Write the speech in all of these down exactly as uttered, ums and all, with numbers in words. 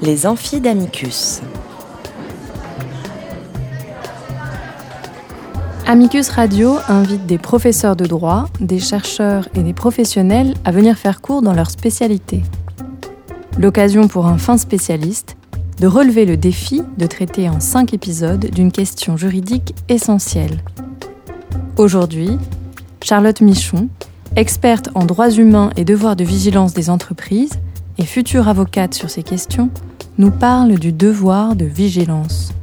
Les amphis d'Amicus. Amicus Radio invite des professeurs de droit, des chercheurs et des professionnels à venir faire cours dans leur spécialité. L'occasion pour un fin spécialiste de relever le défi de traiter en cinq épisodes d'une question juridique essentielle. Aujourd'hui, Charlotte Michon, experte en droits humains et devoirs de vigilance des entreprises et future avocate sur ces questions, nous parle du devoir de vigilance.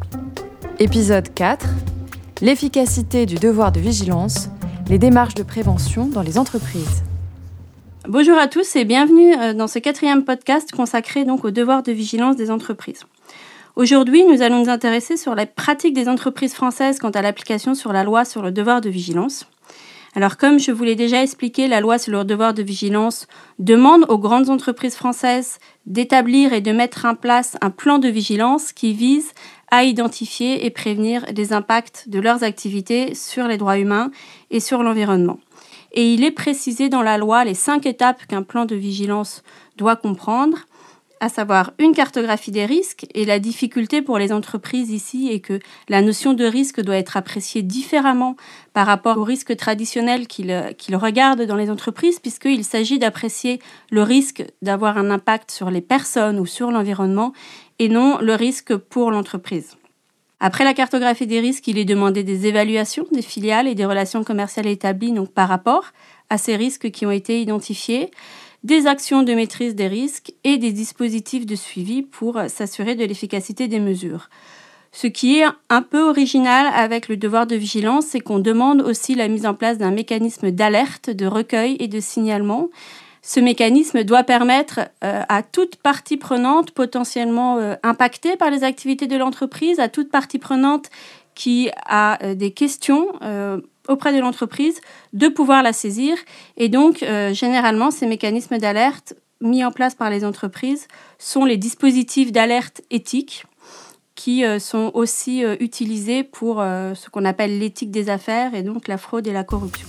Épisode quatre. L'efficacité du devoir de vigilance, les démarches de prévention dans les entreprises. Bonjour à tous et bienvenue dans ce quatrième podcast consacré donc au devoir de vigilance des entreprises. Aujourd'hui, nous allons nous intéresser sur les pratiques des entreprises françaises quant à l'application sur la loi sur le devoir de vigilance. Alors, comme je vous l'ai déjà expliqué, la loi sur le devoir de vigilance demande aux grandes entreprises françaises d'établir et de mettre en place un plan de vigilance qui vise à identifier et prévenir les impacts de leurs activités sur les droits humains et sur l'environnement. Et il est précisé dans la loi les cinq étapes qu'un plan de vigilance doit comprendre, à savoir une cartographie des risques. Et la difficulté pour les entreprises ici est que la notion de risque doit être appréciée différemment par rapport aux risques traditionnels qu'ils, qu'ils regardent dans les entreprises, puisqu'il s'agit d'apprécier le risque d'avoir un impact sur les personnes ou sur l'environnement et non le risque pour l'entreprise. Après la cartographie des risques, il est demandé des évaluations des filiales et des relations commerciales établies donc par rapport à ces risques qui ont été identifiés, des actions de maîtrise des risques et des dispositifs de suivi pour s'assurer de l'efficacité des mesures. Ce qui est un peu original avec le devoir de vigilance, c'est qu'on demande aussi la mise en place d'un mécanisme d'alerte, de recueil et de signalement. Ce mécanisme doit permettre euh, à toute partie prenante potentiellement euh, impactée par les activités de l'entreprise, à toute partie prenante qui a euh, des questions euh, auprès de l'entreprise, de pouvoir la saisir. Et donc, euh, généralement, ces mécanismes d'alerte mis en place par les entreprises sont les dispositifs d'alerte éthique qui euh, sont aussi euh, utilisés pour euh, ce qu'on appelle l'éthique des affaires et donc la fraude et la corruption.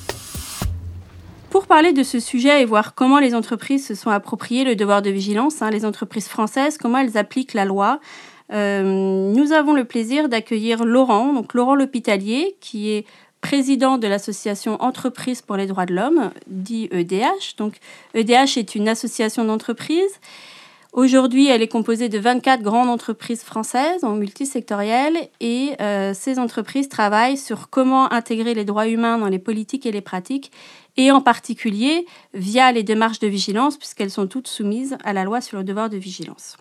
Pour parler de ce sujet et voir comment les entreprises se sont appropriées le devoir de vigilance, hein, les entreprises françaises, comment elles appliquent la loi, euh, nous avons le plaisir d'accueillir Laurent, donc Laurent L'Hospitalier, qui est président de l'association Entreprises pour les droits de l'homme, dit E D H. Donc, E D H est une association d'entreprises. Aujourd'hui, elle est composée de vingt-quatre grandes entreprises françaises en multisectoriel et euh, ces entreprises travaillent sur comment intégrer les droits humains dans les politiques et les pratiques et en particulier via les démarches de vigilance puisqu'elles sont toutes soumises à la loi sur le devoir de vigilance.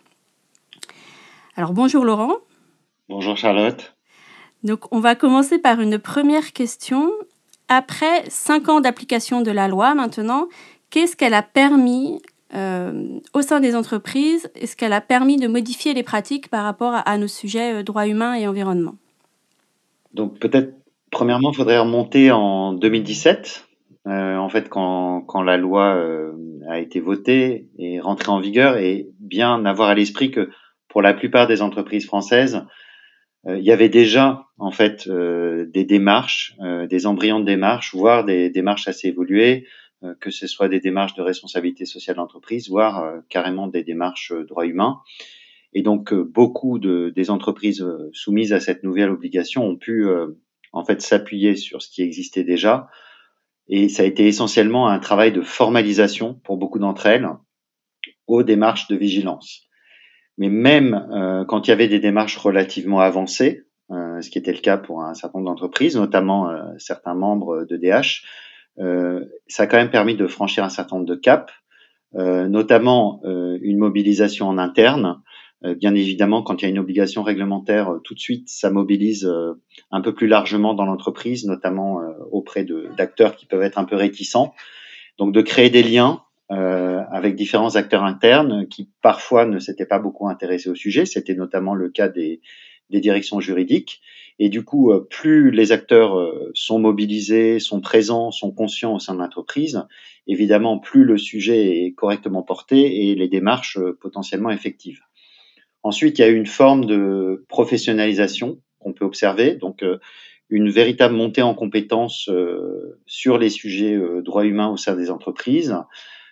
Alors, bonjour Laurent. Bonjour Charlotte. Donc, on va commencer par une première question. Après cinq ans d'application de la loi maintenant, qu'est-ce qu'elle a permis Euh, au sein des entreprises, est-ce qu'elle a permis de modifier les pratiques par rapport à, à nos sujets euh, droits humains et environnement? Donc peut-être, premièrement, il faudrait remonter en deux mille dix-sept, euh, en fait, quand, quand la loi euh, a été votée et rentrée en vigueur, et bien avoir à l'esprit que pour la plupart des entreprises françaises, euh, il y avait déjà en fait euh, des démarches, euh, des embryons de démarches, voire des démarches assez évoluées, que ce soit des démarches de responsabilité sociale d'entreprise, voire euh, carrément des démarches euh, droits humains. Et donc, euh, beaucoup de, des entreprises euh, soumises à cette nouvelle obligation ont pu euh, en fait s'appuyer sur ce qui existait déjà. Et ça a été essentiellement un travail de formalisation pour beaucoup d'entre elles aux démarches de vigilance. Mais même euh, quand il y avait des démarches relativement avancées, euh, ce qui était le cas pour un certain nombre d'entreprises, notamment euh, certains membres d'E D H, Euh, ça a quand même permis de franchir un certain nombre de caps, euh, notamment euh, une mobilisation en interne. Euh, bien évidemment, quand il y a une obligation réglementaire, euh, tout de suite, ça mobilise euh, un peu plus largement dans l'entreprise, notamment euh, auprès de, d'acteurs qui peuvent être un peu réticents. Donc, de créer des liens euh, avec différents acteurs internes qui parfois ne s'étaient pas beaucoup intéressés au sujet. C'était notamment le cas des, des directions juridiques. Et du coup, plus les acteurs sont mobilisés, sont présents, sont conscients au sein de l'entreprise, évidemment, plus le sujet est correctement porté et les démarches potentiellement effectives. Ensuite, il y a eu une forme de professionnalisation qu'on peut observer, donc une véritable montée en compétences sur les sujets droits humains au sein des entreprises,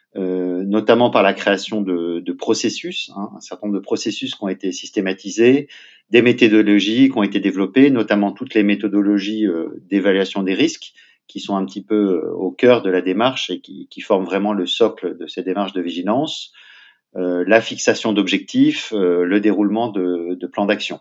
euh, notamment par la création de, de processus, hein, un certain nombre de processus qui ont été systématisés, des méthodologies qui ont été développées, notamment toutes les méthodologies euh, d'évaluation des risques, qui sont un petit peu au cœur de la démarche et qui, qui forment vraiment le socle de ces démarches de vigilance, euh, la fixation d'objectifs, euh, le déroulement de, de plans d'action.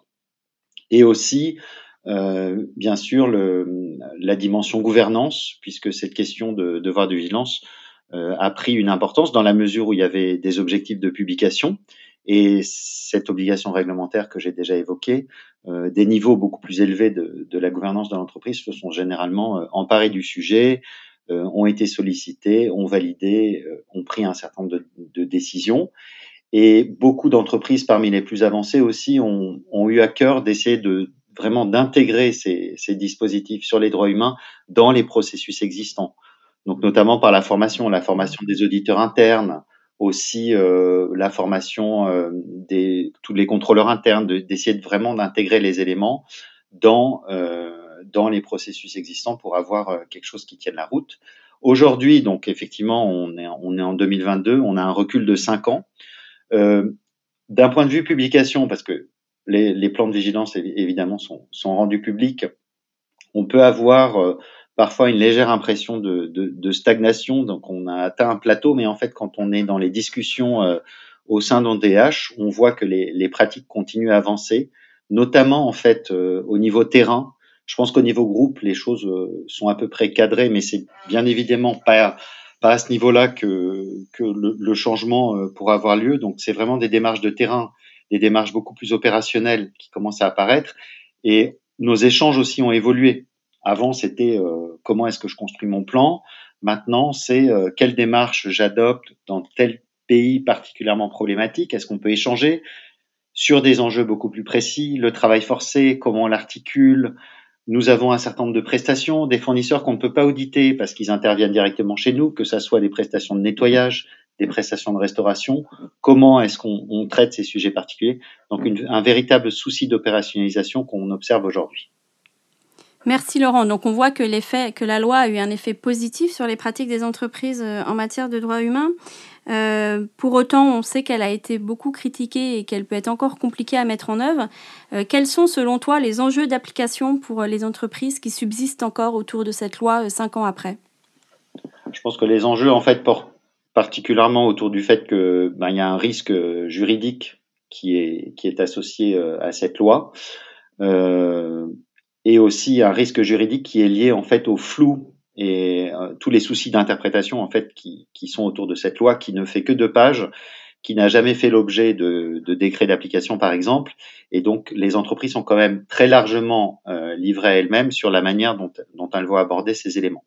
Et aussi, euh, bien sûr, le, la dimension gouvernance, puisque cette question de devoir de vigilance euh, a pris une importance dans la mesure où il y avait des objectifs de publication et cette obligation réglementaire que j'ai déjà évoquée, euh, des niveaux beaucoup plus élevés de, de la gouvernance de l'entreprise se sont généralement euh, emparés du sujet, euh, ont été sollicités, ont validé, euh, ont pris un certain nombre de, de décisions. Et beaucoup d'entreprises parmi les plus avancées aussi ont, ont eu à cœur d'essayer de vraiment d'intégrer ces, ces dispositifs sur les droits humains dans les processus existants. Donc notamment par la formation, la formation des auditeurs internes, aussi euh, la formation euh, des tous les contrôleurs internes, de, d'essayer de vraiment d'intégrer les éléments dans euh, dans les processus existants pour avoir euh, quelque chose qui tienne la route. Aujourd'hui, donc effectivement, on est on est en deux mille vingt-deux, on a un recul de cinq ans. Euh, d'un point de vue publication, parce que les, les plans de vigilance évidemment sont, sont rendus publics, on peut avoir euh, parfois une légère impression de, de, de stagnation, donc on a atteint un plateau, mais en fait quand on est dans les discussions euh, au sein d'O D H, on voit que les, les pratiques continuent à avancer, notamment en fait euh, au niveau terrain. Je pense qu'au niveau groupe, les choses euh, sont à peu près cadrées, mais c'est bien évidemment pas pas à ce niveau-là que que le, le changement euh, pourra avoir lieu. Donc c'est vraiment des démarches de terrain, des démarches beaucoup plus opérationnelles qui commencent à apparaître, et nos échanges aussi ont évolué. Avant, c'était euh, comment est-ce que je construis mon plan. Maintenant, c'est euh, quelle démarche j'adopte dans tel pays particulièrement problématique. Est-ce qu'on peut échanger sur des enjeux beaucoup plus précis, le travail forcé, comment on l'articule. Nous avons un certain nombre de prestations, des fournisseurs qu'on ne peut pas auditer parce qu'ils interviennent directement chez nous, que ça soit des prestations de nettoyage, des prestations de restauration. Comment est-ce qu'on on traite ces sujets particuliers? Donc une, un véritable souci d'opérationnalisation qu'on observe aujourd'hui. Merci Laurent. Donc on voit que l'effet, que la loi a eu un effet positif sur les pratiques des entreprises en matière de droits humains. Euh, pour autant, on sait qu'elle a été beaucoup critiquée et qu'elle peut être encore compliquée à mettre en œuvre. Euh, quels sont, selon toi, les enjeux d'application pour les entreprises qui subsistent encore autour de cette loi euh, cinq ans après? Je pense que les enjeux, en fait, portent particulièrement autour du fait que ben, y a un risque juridique qui est qui est associé euh, à cette loi, euh, et aussi un risque juridique qui est lié en fait au flou et euh, tous les soucis d'interprétation en fait qui, qui sont autour de cette loi qui ne fait que deux pages, qui n'a jamais fait l'objet de, de décrets d'application par exemple, et donc les entreprises sont quand même très largement euh, livrées à elles-mêmes sur la manière dont, dont elles vont aborder ces éléments.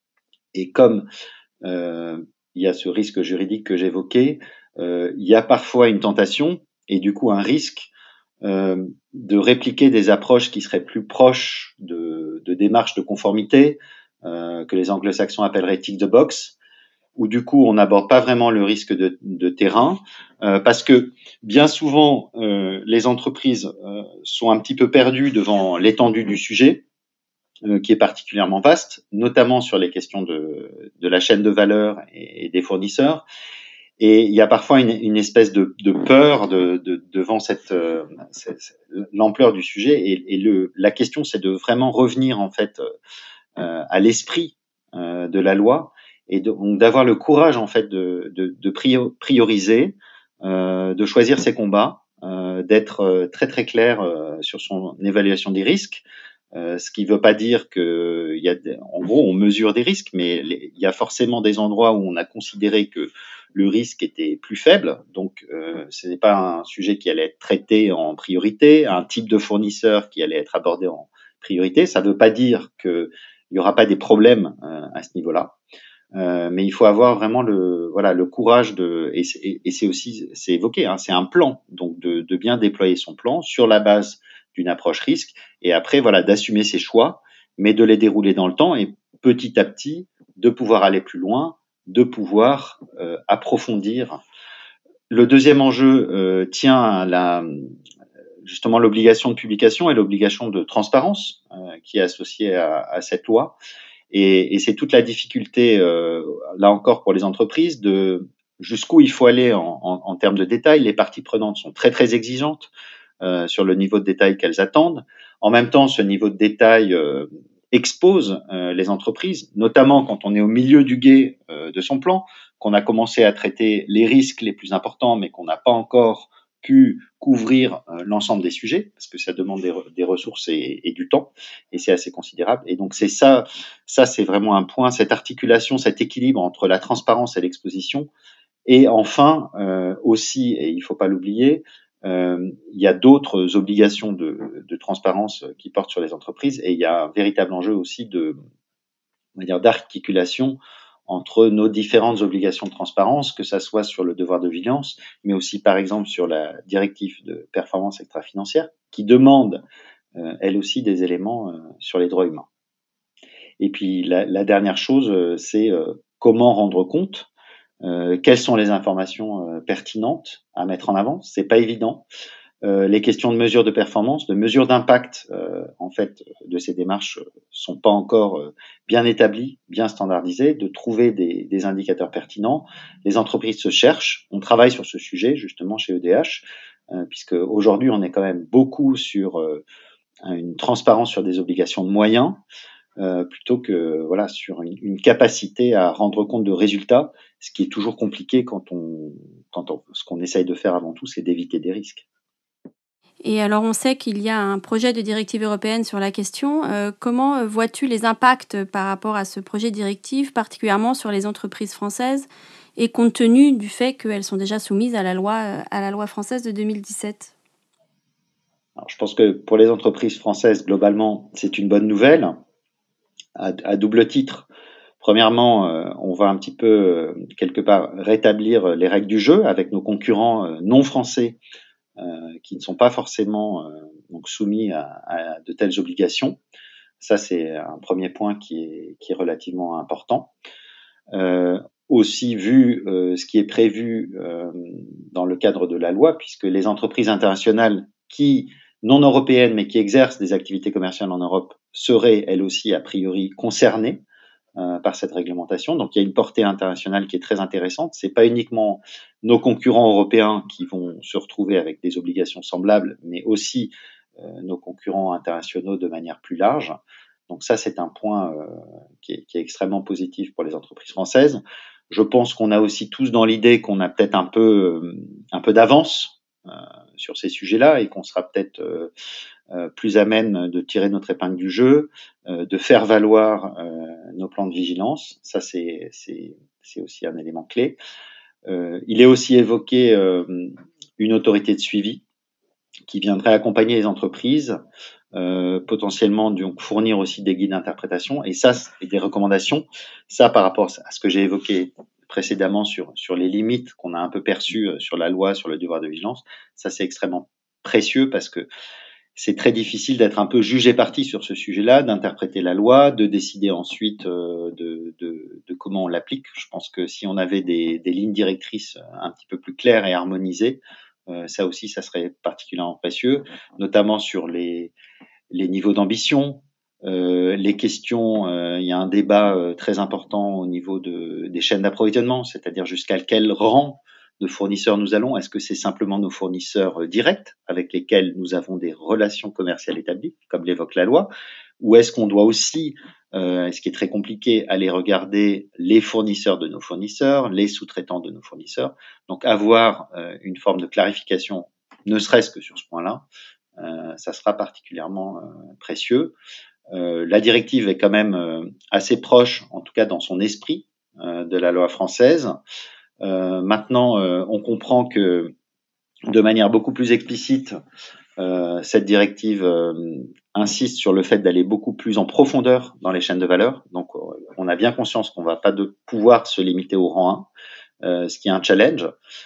Et comme euh, il y a ce risque juridique que j'évoquais, euh, il y a parfois une tentation et du coup un risque euh, de répliquer des approches qui seraient plus proches de, de démarches de conformité, Euh, que les anglo-saxons appelleraient tick the box, où du coup on n'aborde pas vraiment le risque de, de terrain, euh, parce que bien souvent euh, les entreprises euh, sont un petit peu perdues devant l'étendue du sujet, euh, qui est particulièrement vaste, notamment sur les questions de, de la chaîne de valeur et, et des fournisseurs. Et il y a parfois une, une espèce de, de peur de, de, devant cette, euh, cette, l'ampleur du sujet. Et, et le, la question, c'est de vraiment revenir en fait euh, à l'esprit euh, de la loi, et de, donc d'avoir le courage en fait de, de, de prioriser, euh, de choisir ses combats, euh, d'être euh, très très clair euh, sur son évaluation des risques. Euh, ce qui ne veut pas dire que, il y a, en gros, on mesure des risques, mais les, il y a forcément des endroits où on a considéré que le risque était plus faible. Donc, euh, ce n'est pas un sujet qui allait être traité en priorité, un type de fournisseur qui allait être abordé en priorité. Ça ne veut pas dire que il n'y aura pas des problèmes euh, à ce niveau-là. Euh, mais il faut avoir vraiment le, voilà, le courage de, et c'est, et c'est aussi, c'est évoqué, hein, c'est un plan, donc de, de bien déployer son plan sur la base d'une approche risque, et après, voilà, d'assumer ses choix, mais de les dérouler dans le temps, et petit à petit, de pouvoir aller plus loin, de pouvoir euh, approfondir. Le deuxième enjeu euh, tient à la, justement l'obligation de publication et l'obligation de transparence euh, qui est associée à, à cette loi. Et, et c'est toute la difficulté, euh, là encore pour les entreprises, de jusqu'où il faut aller en, en, en termes de détails. Les parties prenantes sont très très exigeantes euh, sur le niveau de détail qu'elles attendent. En même temps, ce niveau de détail euh, expose euh, les entreprises, notamment quand on est au milieu du gué euh, de son plan, qu'on a commencé à traiter les risques les plus importants, mais qu'on n'a pas encore pu couvrir euh, l'ensemble des sujets, parce que ça demande des, re- des ressources et, et du temps, et c'est assez considérable. Et donc c'est ça, ça c'est vraiment un point, cette articulation, cet équilibre entre la transparence et l'exposition. Et enfin, euh, aussi, et il ne faut pas l'oublier, euh, il y a d'autres obligations de, de transparence qui portent sur les entreprises, et il y a un véritable enjeu aussi de, on va dire, d'articulation entre nos différentes obligations de transparence, que ça soit sur le devoir de vigilance, mais aussi par exemple sur la directive de performance extra-financière, qui demande euh, elle aussi des éléments euh, sur les droits humains. Et puis la, la dernière chose, euh, c'est euh, comment rendre compte, euh, quelles sont les informations euh, pertinentes à mettre en avant. C'est pas évident. Euh, les questions de mesure de performance, de mesure d'impact, euh, en fait, de ces démarches euh, sont pas encore euh, bien établies, bien standardisées. De trouver des, des indicateurs pertinents, les entreprises se cherchent. On travaille sur ce sujet justement chez E D H, euh, puisque aujourd'hui on est quand même beaucoup sur euh, une transparence sur des obligations de moyens, euh, plutôt que voilà sur une, une capacité à rendre compte de résultats, ce qui est toujours compliqué quand on, quand on, ce qu'on essaye de faire avant tout, c'est d'éviter des risques. Et alors, on sait qu'il y a un projet de directive européenne sur la question. Euh, comment vois-tu les impacts par rapport à ce projet de directive, particulièrement sur les entreprises françaises, et compte tenu du fait qu'elles sont déjà soumises à la loi, à la loi française de deux mille dix-sept ? Alors, je pense que pour les entreprises françaises, globalement, c'est une bonne nouvelle, à, à double titre. Premièrement, euh, on va un petit peu, euh, quelque part, rétablir les règles du jeu avec nos concurrents euh, non français, Euh, qui ne sont pas forcément euh, donc soumis à, à de telles obligations. Ça, c'est un premier point qui est, qui est relativement important. Euh, aussi, vu euh, ce qui est prévu euh, dans le cadre de la loi, puisque les entreprises internationales qui, non européennes, mais qui exercent des activités commerciales en Europe, seraient, elles aussi, a priori, concernées Euh, par cette réglementation. Donc il y a une portée internationale qui est très intéressante. C'est pas uniquement nos concurrents européens qui vont se retrouver avec des obligations semblables, mais aussi euh, nos concurrents internationaux de manière plus large. Donc ça, c'est un point euh, qui, est, qui est extrêmement positif pour les entreprises françaises. Je pense qu'on a aussi tous dans l'idée qu'on a peut-être un peu, euh, un peu d'avance euh, sur ces sujets-là et qu'on sera peut-être euh, Euh, plus amène de tirer notre épingle du jeu, euh, de faire valoir euh, nos plans de vigilance. Ça, c'est, c'est, c'est aussi un élément clé. Euh, il est aussi évoqué euh, une autorité de suivi qui viendrait accompagner les entreprises, euh, potentiellement donc fournir aussi des guides d'interprétation et ça, et des recommandations. Ça, par rapport à ce que j'ai évoqué précédemment sur, sur les limites qu'on a un peu perçues sur la loi, sur le devoir de vigilance, ça, c'est extrêmement précieux parce que c'est très difficile d'être un peu jugé parti sur ce sujet-là, d'interpréter la loi, de décider ensuite euh, de, de, de comment on l'applique. Je pense que si on avait des, des lignes directrices un petit peu plus claires et harmonisées, euh, ça aussi, ça serait particulièrement précieux, notamment sur les, les niveaux d'ambition, euh, les questions. Euh, il y a un débat euh, très important au niveau de, des chaînes d'approvisionnement, c'est-à-dire jusqu'à quel rang de fournisseurs nous allons. Est-ce que c'est simplement nos fournisseurs directs avec lesquels nous avons des relations commerciales établies, comme l'évoque la loi, ou est-ce qu'on doit aussi, euh, ce qui est très compliqué, aller regarder les fournisseurs de nos fournisseurs, les sous-traitants de nos fournisseurs. Donc avoir euh, une forme de clarification, ne serait-ce que sur ce point-là, euh, ça sera particulièrement euh, précieux. Euh, la directive est quand même euh, assez proche, en tout cas dans son esprit, euh, de la loi française. Euh, maintenant, euh, on comprend que de manière beaucoup plus explicite, euh, cette directive euh, insiste sur le fait d'aller beaucoup plus en profondeur dans les chaînes de valeur. Donc, on a bien conscience qu'on ne va pas de pouvoir se limiter au rang un, euh, ce qui est un challenge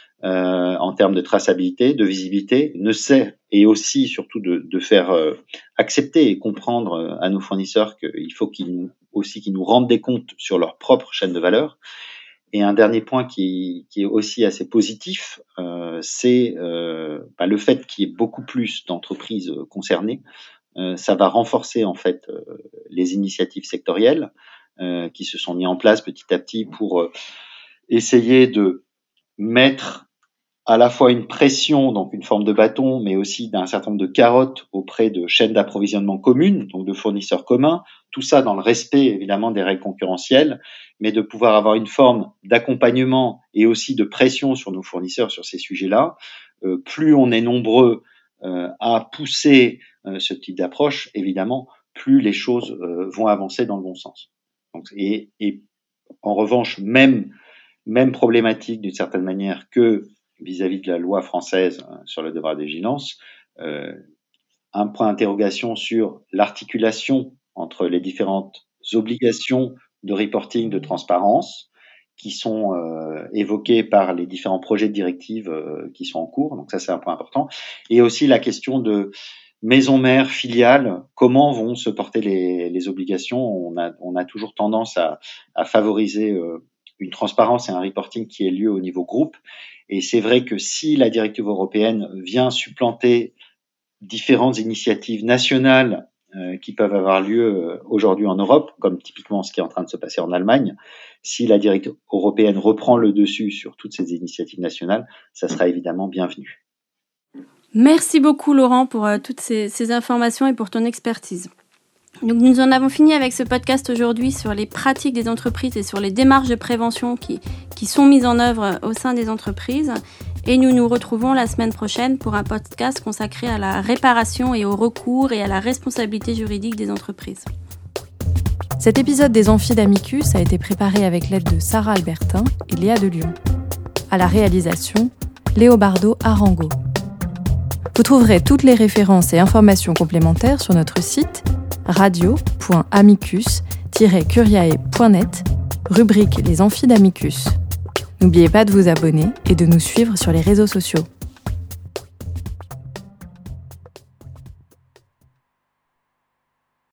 euh, en termes de traçabilité, de visibilité, ne sait, et aussi surtout de, de faire euh, accepter et comprendre à nos fournisseurs qu'il faut qu'ils nous, aussi qu'ils nous rendent des comptes sur leur propre chaîne de valeur. Et un dernier point qui, qui est aussi assez positif, euh, c'est euh, bah, le fait qu'il y ait beaucoup plus d'entreprises concernées. Euh, ça va renforcer en fait euh, les initiatives sectorielles. euh, qui se sont mis en place petit à petit pour euh, essayer de mettre à la fois une pression, donc une forme de bâton, mais aussi d'un certain nombre de carottes auprès de chaînes d'approvisionnement communes, donc de fournisseurs communs, tout ça dans le respect évidemment des règles concurrentielles, mais de pouvoir avoir une forme d'accompagnement et aussi de pression sur nos fournisseurs sur ces sujets-là. Euh, plus on est nombreux euh, à pousser euh, ce type d'approche, évidemment, plus les choses euh, vont avancer dans le bon sens. Donc, et, et en revanche, même, même problématique d'une certaine manière que vis-à-vis de la loi française sur le devoir de vigilance, euh, un point d'interrogation sur l'articulation entre les différentes obligations de reporting, de transparence, qui sont euh, évoquées par les différents projets de directives euh, qui sont en cours. Donc ça, c'est un point important. Et aussi la question de maison mère, filiale, comment vont se porter les, les obligations. On a, on a toujours tendance à, à favoriser euh, une transparence et un reporting qui ait lieu au niveau groupe. Et c'est vrai que si la directive européenne vient supplanter différentes initiatives nationales euh, qui peuvent avoir lieu euh, aujourd'hui en Europe, comme typiquement ce qui est en train de se passer en Allemagne, si la directive européenne reprend le dessus sur toutes ces initiatives nationales, ça sera évidemment bienvenu. Merci beaucoup Laurent pour euh, toutes ces, ces informations et pour ton expertise. Donc nous en avons fini avec ce podcast aujourd'hui sur les pratiques des entreprises et sur les démarches de prévention qui, qui sont mises en œuvre au sein des entreprises. Et nous nous retrouvons la semaine prochaine pour un podcast consacré à la réparation et au recours et à la responsabilité juridique des entreprises. Cet épisode des Amphis d'Amicus a été préparé avec l'aide de Sarah Albertin et Léa de Lyon. À la réalisation, Léobardo Arango. Vous trouverez toutes les références et informations complémentaires sur notre site radio point amicus tiret curiae point net, rubrique Les Amphis d'Amicus. N'oubliez pas de vous abonner et de nous suivre sur les réseaux sociaux.